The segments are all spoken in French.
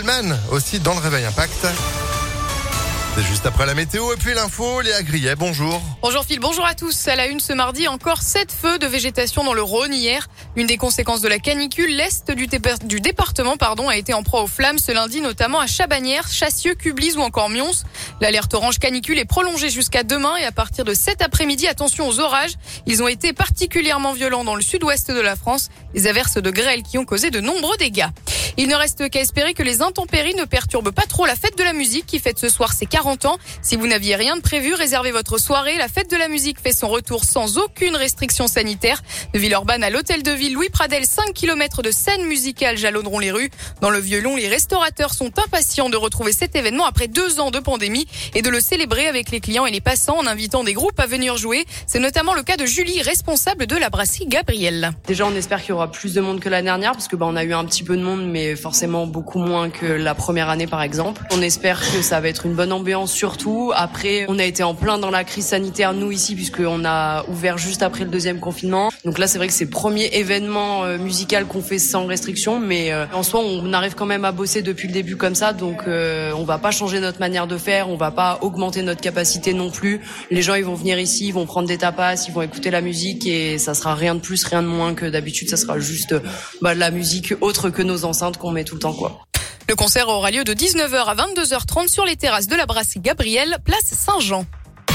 Goldman aussi dans le Réveil Impact. C'est juste après la météo et puis l'info, Léa Grillet, bonjour. Bonjour Phil, bonjour à tous. À la une ce mardi, encore 7 feux de végétation dans le Rhône hier. Une des conséquences de la canicule, l'est du département a été en proie aux flammes ce lundi, notamment à Chabagnières, Chassieux, Cublis ou encore Mions. L'alerte orange canicule est prolongée jusqu'à demain et à partir de cet après-midi, attention aux orages. Ils ont été particulièrement violents dans le sud-ouest de la France. Les averses de grêle qui ont causé de nombreux dégâts. Il ne reste qu'à espérer que les intempéries ne perturbent pas trop la fête de la musique qui fête ce soir ses 40 ans. Si vous n'aviez rien de prévu, réservez votre soirée. La fête de la musique fait son retour sans aucune restriction sanitaire. De Villeurbanne à l'hôtel de ville Louis Pradel, 5 km de scène musicale jalonneront les rues. Dans le Vieux-Lyon, les restaurateurs sont impatients de retrouver cet événement après 2 ans de pandémie et de le célébrer avec les clients et les passants en invitant des groupes à venir jouer. C'est notamment le cas de Julie, responsable de la brasserie Gabriel. Déjà, on espère qu'il y aura plus de monde que l'année dernière parce que on a eu un petit peu de monde, mais forcément beaucoup moins que la première année par exemple. On espère que ça va être une bonne ambiance surtout. Après, on a été en plein dans la crise sanitaire nous ici puisqu'on a ouvert juste après le deuxième confinement. Donc là, c'est vrai que c'est le premier événement musical qu'on fait sans restriction, mais en soi, on arrive quand même à bosser depuis le début comme ça. Donc on va pas changer notre manière de faire, on va pas augmenter notre capacité non plus. Les gens, ils vont venir ici, ils vont prendre des tapas, ils vont écouter la musique et ça sera rien de plus, rien de moins que d'habitude. Ça sera juste de la musique autre que nos enceintes qu'on met tout le temps, quoi. Le concert aura lieu de 19h à 22h30 sur les terrasses de la brasserie Gabriel, place Saint-Jean.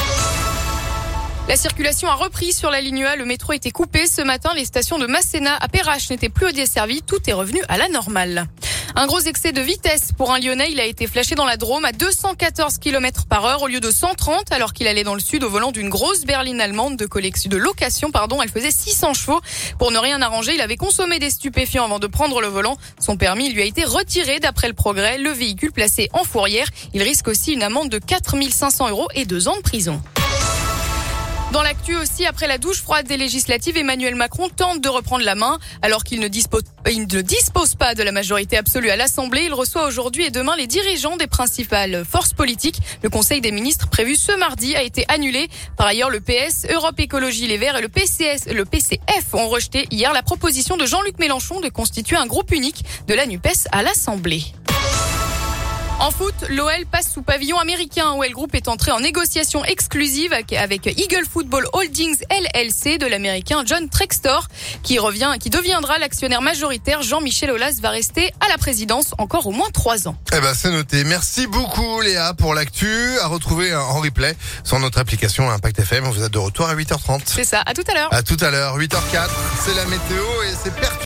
La circulation a repris sur la ligne A. Le métro était coupé ce matin. Les stations de Masséna à Perrache n'étaient plus desservies. Tout est revenu à la normale. Un gros excès de vitesse pour un Lyonnais. Il a été flashé dans la Drôme à 214 km/h au lieu de 130 alors qu'il allait dans le sud au volant d'une grosse berline allemande de location. Elle faisait 600 chevaux. Pour ne rien arranger, il avait consommé des stupéfiants avant de prendre le volant. Son permis lui a été retiré d'après le Progrès. Le véhicule placé en fourrière. Il risque aussi une amende de 4 500 € et 2 ans de prison. Dans l'actu aussi, après la douche froide des législatives, Emmanuel Macron tente de reprendre la main. Alors qu'il ne dispose pas de la majorité absolue à l'Assemblée, il reçoit aujourd'hui et demain les dirigeants des principales forces politiques. Le Conseil des ministres prévu ce mardi a été annulé. Par ailleurs, le PS, Europe Écologie Les Verts et le PCF ont rejeté hier la proposition de Jean-Luc Mélenchon de constituer un groupe unique de la NUPES à l'Assemblée. En foot, l'OL passe sous pavillon américain. OL Group est entré en négociation exclusive avec Eagle Football Holdings LLC de l'américain John Textor, qui deviendra l'actionnaire majoritaire. Jean-Michel Aulas va rester à la présidence encore au moins 3 ans. C'est noté. Merci beaucoup Léa pour l'actu. À retrouver en replay sur notre application Impact FM. Vous êtes de retour à 8h30. C'est ça, à tout à l'heure. À tout à l'heure, 8h04. C'est la météo et c'est perturbant.